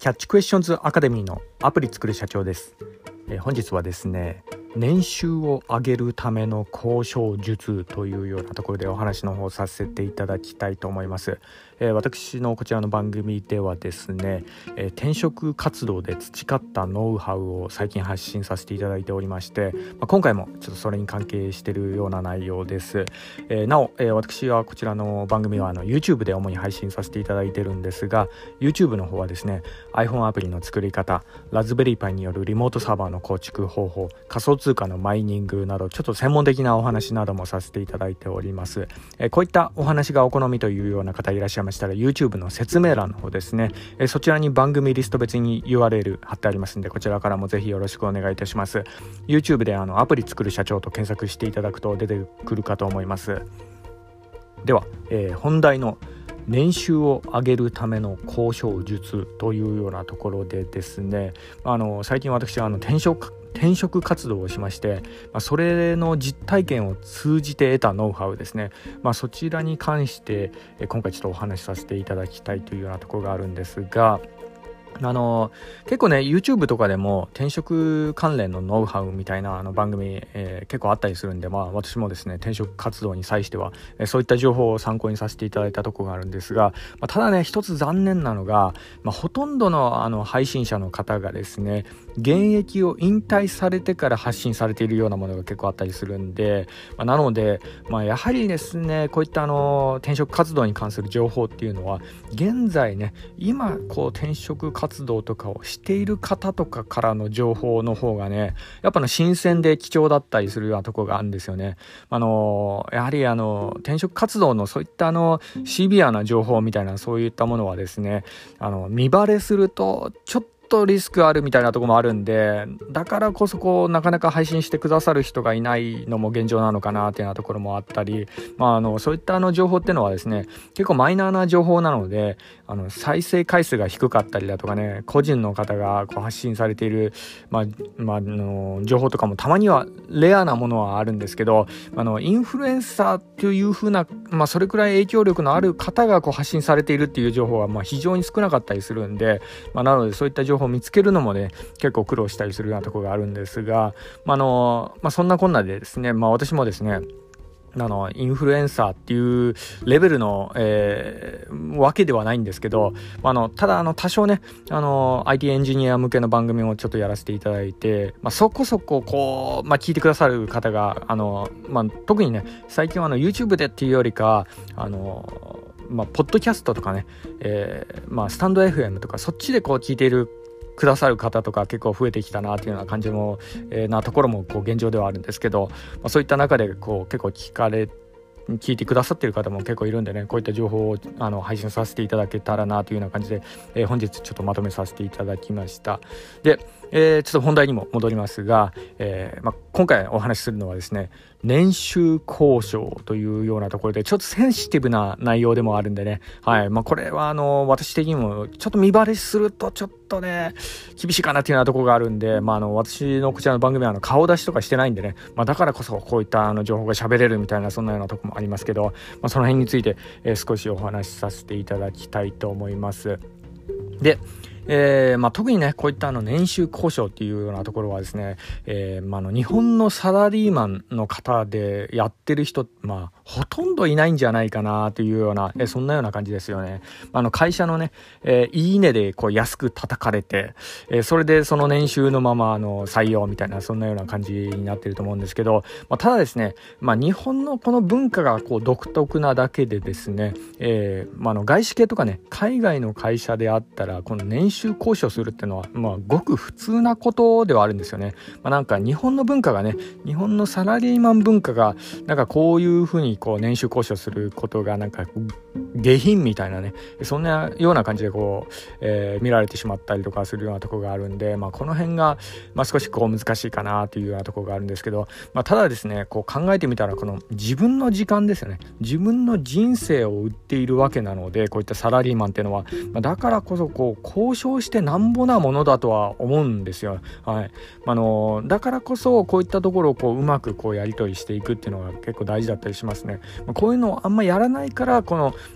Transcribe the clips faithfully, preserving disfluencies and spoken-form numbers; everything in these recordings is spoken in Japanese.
キャッチクエスチョンズアカデミーのアプリ作る社長です。えー、本日はですね、年収を上げるための交渉術というようなところでお話の方させていただきたいと思います。えー、私のこちらの番組ではですね、えー、転職活動で培ったノウハウを最近発信させていただいておりまして、まあ、今回もちょっとそれに関係しているような内容です。えー、なお、えー、私はこちらの番組はあの YouTube で主に配信させていただいているんですが、 YouTube の方はですね iPhone アプリの作り方、ラズベリーパイによるリモートサーバーの構築方法、仮想通貨のマイニングなどちょっと専門的なお話などもさせていただいております。えー、こういったお話がお好みというような方いらっしゃいましたら YouTube の説明欄の方ですね、えー、そちらに番組リスト別に ユーアールエル 貼ってありますので、こちらからもぜひよろしくお願いいたします。 YouTube であのアプリ作る社長と検索していただくと出てくるかと思います。では、えー、本題の年収を上げるための交渉術というようなところでですね、あの最近私はあの転職転職活動をしまして、まあ、それの実体験を通じて得たノウハウですね、まあ、そちらに関してえ今回ちょっとお話しさせていただきたいというようなところがあるんですが、あの結構ね YouTube とかでも転職関連のノウハウみたいなあの番組、えー、結構あったりするんで、まあ私もですね転職活動に際しては、えー、そういった情報を参考にさせていただいたところがあるんですが、まあ、ただね一つ残念なのが、まあ、ほとんどのあの配信者の方がですね現役を引退されてから発信されているようなものが結構あったりするんで、まあ、なので、まあ、やはりですねこういったあの転職活動に関する情報っていうのは現在ね今こう転職活動とかをしている方とかからの情報の方がねやっぱの新鮮で貴重だったりするようなところがあるんですよね。あのやはりあの転職活動のそういったあのシビアな情報みたいなそういったものはですねあの見バレするとちょっとリスクあるみたいなところもあるんで、だからこそこうなかなか配信してくださる人がいないのも現状なのかなっていうようなところもあったり、まあ、あのそういったあの情報っていうのはですね結構マイナーな情報なのであの再生回数が低かったりだとかね、個人の方がこう発信されている、まあまあ、あの情報とかもたまにはレアなものはあるんですけど、あのインフルエンサーという風な、まあ、それくらい影響力のある方がこう発信されているっていう情報はまあ非常に少なかったりするんで、まあ、なのでそういった情報を見つけるのもね結構苦労したりするようなところがあるんですが、まあのまあ、そんなこんなでですね、まあ、私もですねあのインフルエンサーっていうレベルの、えー、わけではないんですけど、あのただあの多少ねあの アイティー エンジニア向けの番組をちょっとやらせていただいて、まあ、そこそここう、まあ、聞いてくださる方があの、まあ、特にね最近はあの YouTube でっていうよりかあのまあ、ポッドキャストとかね、えーまあ、スタンド エフエム とかそっちでこう聞いているくださる方とか結構増えてきたなというような感じの、えー、なところもこう現状ではあるんですけど、まあ、そういった中でこう結構聞かれ聞いてくださっている方も結構いるんでね、こういった情報をあの配信させていただけたらなというような感じで、えー、本日ちょっとまとめさせていただきました。で、えー、ちょっと本題にも戻りますが、えーまあ、今回お話しするのはですね年収交渉というようなところでちょっとセンシティブな内容でもあるんでね、はい、まあ、これはあの私的にもちょっと見バレするとちょっとね厳しいかなっていうようなところがあるんで、まあ、あの私のこちらの番組はあの顔出しとかしてないんでね、まあ、だからこそこういったあの情報が喋れるみたいなそんなようなところもありますけど、まあ、その辺について、えー、少しお話しさせていただきたいと思います。でえーまあ、特にねこういったあの年収交渉っていうようなところはですね、えーまあ、あの日本のサラリーマンの方でやってる人、まあ、ほとんどいないんじゃないかなというような、えー、そんなような感じですよね。あの会社のね、えー、いいねでこう安く叩かれて、えー、それでその年収のままあの採用みたいなそんなような感じになってると思うんですけど、まあ、ただですね、まあ、日本のこの文化がこう独特なだけでですね、えーまあ、あの外資系とかね海外の会社であったらこの年収交渉するっていうのは、まあ、ごく普通なことではあるんですよね。まあ、なんか日本の文化がね日本のサラリーマン文化がなんかこういうふうにこう年収交渉することがなんか下品みたいなねそんなような感じでこう、えー、見られてしまったりとかするようなところがあるんで、まあ、この辺が、まあ、少しこう難しいかなというようなところがあるんですけど、まあ、ただですねこう考えてみたらこの自分の時間ですよね、自分の人生を売っているわけなのでこういったサラリーマンっていうのは、まあ、だからこそこう交渉してなんぼなものだとは思うんですよ。はい、あのだからこそこういったところをこううまくこうやり取りしていくっていうのが結構大事だったりしますね。まあ、こういうのをあんまやらないからこの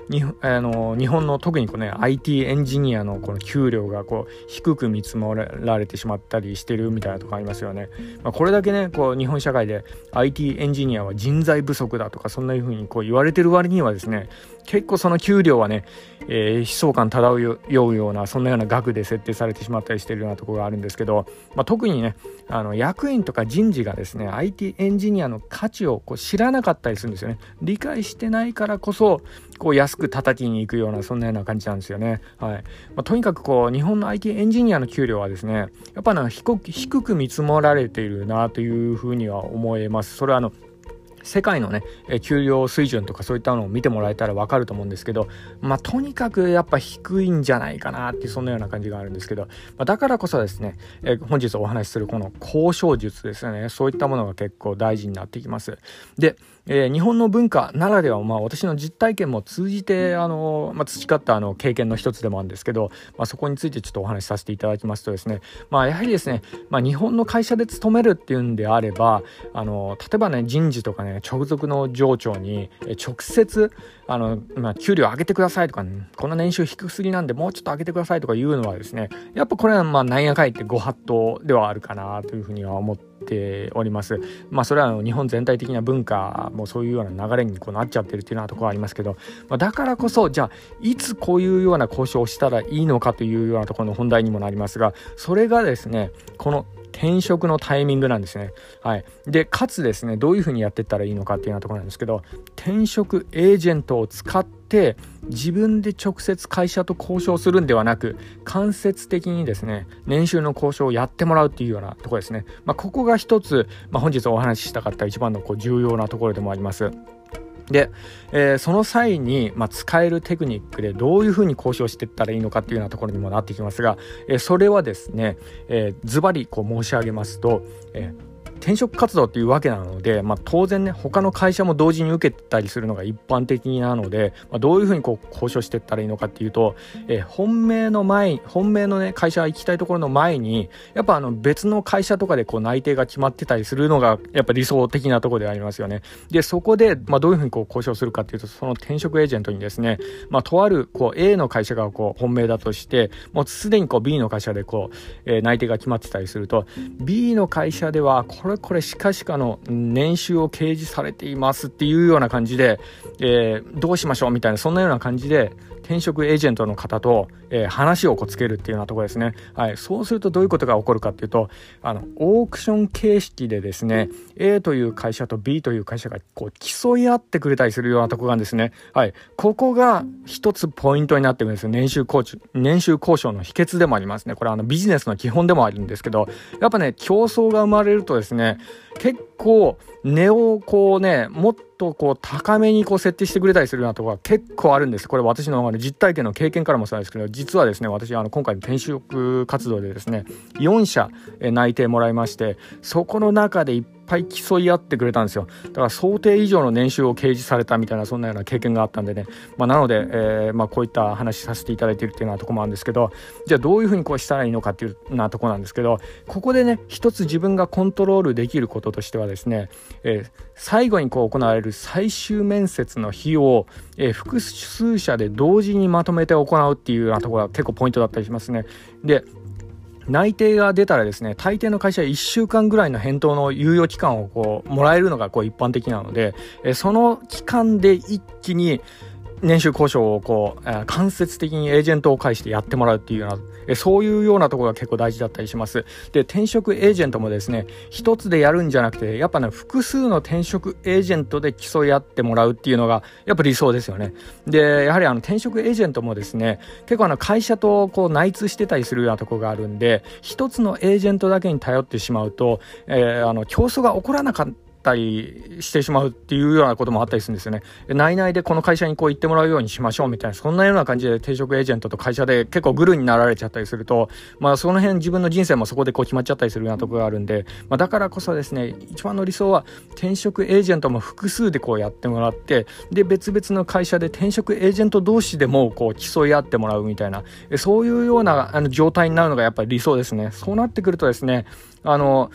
にあの日本の特にこう、ね、アイティー エンジニアのこの給料がこう低く見積もられてしまったりしてるみたいなとこありますよね。まあ、これだけねこう日本社会で アイティー エンジニアは人材不足だとかそんな風にこう言われてる割にはですね、結構その給料はね、えー、悲壮感漂うようなそんなような額で設定されてしまったりしているようなところがあるんですけど、まあ、特にねあの役員とか人事がですね アイティー エンジニアの価値をこう知らなかったりするんですよね。理解してないからこそこう安く叩きに行くようなそんなような感じなんですよね。はい。まあ、とにかくこう日本の アイティー エンジニアの給料はですねやっぱな低く低く見積もられているなというふうには思います。それはあの世界のね給料水準とかそういったのを見てもらえたら分かると思うんですけど、まあとにかくやっぱ低いんじゃないかなっていうそんなような感じがあるんですけど、まあ、だからこそですね、えー、本日お話しするこの交渉術ですよね、そういったものが結構大事になってきます。で、えー、日本の文化ならでは、まあ私の実体験も通じてあの、まあ、培ったあの経験の一つでもあるんですけど、まあ、そこについてちょっとお話しさせていただきますとですね、まあやはりですね、まあ、日本の会社で勤めるっていうんであればあの例えばね人事とかね直属の上長に直接あの、まあ、給料上げてくださいとか、ね、この年収低すぎなんでもうちょっと上げてくださいとか言うのはですね、やっぱこれはまあなんやかんやってご法度ではあるかなというふうには思っております。まあそれはあの日本全体的な文化もそういうような流れにこうなっちゃってるっていうようなところはありますけど、まあ、だからこそじゃあいつこういうような交渉をしたらいいのかというようなところの本題にもなりますが、それがですねこの転職のタイミングなんですね。はい。で、かつですね、どういうふうにやっていったらいいのかっていうようなところなんですけど、転職エージェントを使って自分で直接会社と交渉するんではなく、間接的にですね、年収の交渉をやってもらうっていうようなところですね。まあ、ここが一つ、まあ、本日お話ししたかった一番のこう重要なところでもあります。で、えー、その際に、まあ、使えるテクニックでどういうふうに交渉していったらいいのかっていうようなところにもなってきますが、えー、それはですね、えー、ズバリこう申し上げますと、えー転職活動っていうわけなので、まあ、当然ね他の会社も同時に受けたりするのが一般的なので、まあ、どういうふうにこう交渉していったらいいのかっていうと、えー、本命の前本命のね会社行きたいところの前にやっぱあの別の会社とかでこう内定が決まってたりするのがやっぱ理想的なところでありますよね。でそこで、まあ、どういうふうにこう交渉するかっていうと、その転職エージェントにですね、まあ、とあるこう A の会社がこう本命だとして、もうすでにこう B の会社でこう、えー、内定が決まってたりすると、 B の会社ではこれこれしかしかの年収を掲示されていますっていうような感じで、えー、どうしましょうみたいなそんなような感じで転職エージェントの方と、えー、話をこうつけるっていうようなところですね。はい。そうするとどういうことが起こるかっていうと、あのオークション形式でですね A という会社と B という会社がこう競い合ってくれたりするようなところがあるんですね。はい。ここが一つポイントになってくるんですよ。年収交渉年収交渉の秘訣でもありますね。これはあのビジネスの基本でもあるんですけど、やっぱね競争が生まれるとですね、結構値をこうねもっとこう高めにこう設定してくれたりするようなところが結構あるんです。これ私の実体験の経験からもそうですけど、実はですね私あの今回の転職活動でですねよん社内定もらいまして、そこの中でいっぱい競い合ってくれたんですよ。だから想定以上の年収を掲示されたみたいなそんなような経験があったんでね、まあ、なので、えーまあ、こういった話させていただいているっていうようなところもあるんですけど、じゃあどういうふうにこうしたらいいのかっていうようなところなんですけど、ここでね一つ自分がコントロールできることとしてはですね、えー、最後にこう行われる最終面接の日を、えー、複数社で同時にまとめて行うっていうようなところが結構ポイントだったりしますね。で内定が出たらですね、大抵の会社はいっしゅうかんぐらいの返答の猶予期間をこうもらえるのがこう一般的なので、えその期間で一気に年収交渉をこう、えー、間接的にエージェントを介してやってもらうっていうような、えー、そういうようなところが結構大事だったりします。で転職エージェントもですね一つでやるんじゃなくて、やっぱね複数の転職エージェントで競い合ってもらうっていうのがやっぱ理想ですよね。でやはりあの転職エージェントもですね結構あの会社とこう内通してたりするようなところがあるんで、一つのエージェントだけに頼ってしまうと、えー、あの競争が起こらなかったたりしてしまうっていうようなこともあったりするんですよね。内々でこの会社にこう行ってもらうようにしましょうみたいな、そんなような感じで転職エージェントと会社で結構グルになられちゃったりすると、まあその辺自分の人生もそこでこう決まっちゃったりするようなところがあるんで、まあ、だからこそですね一番の理想は転職エージェントも複数でこうやってもらって、で別々の会社で転職エージェント同士でもこう競い合ってもらうみたいな、そういうようなあの状態になるのがやっぱり理想ですね。そうなってくるとですね、あの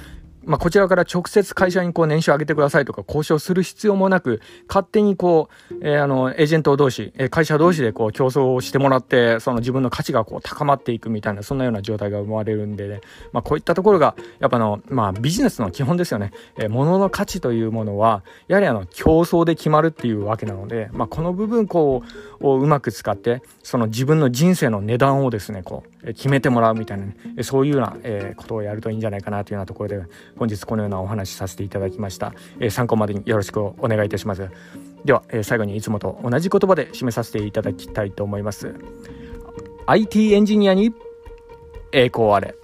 まあ、こちらから直接会社にこう年収上げてくださいとか交渉する必要もなく、勝手にこう、えー、あのエージェント同士、えー、会社同士でこう競争をしてもらって、その自分の価値がこう高まっていくみたいな、そんなような状態が生まれるんでね、まあ、こういったところがやっぱの、まあ、ビジネスの基本ですよね。えー、物の価値というものはやはりあの競争で決まるっていうわけなので、まあ、この部分こうをうまく使ってその自分の人生の値段をですねこう決めてもらうみたいな、ね、そういうような、えー、ことをやるといいんじゃないかなというようなところで本日このようなお話しさせていただきました。えー、参考までによろしくお願いいたします。では、えー、最後にいつもと同じ言葉で締めさせていただきたいと思います。アイティー エンジニアに栄光あれ。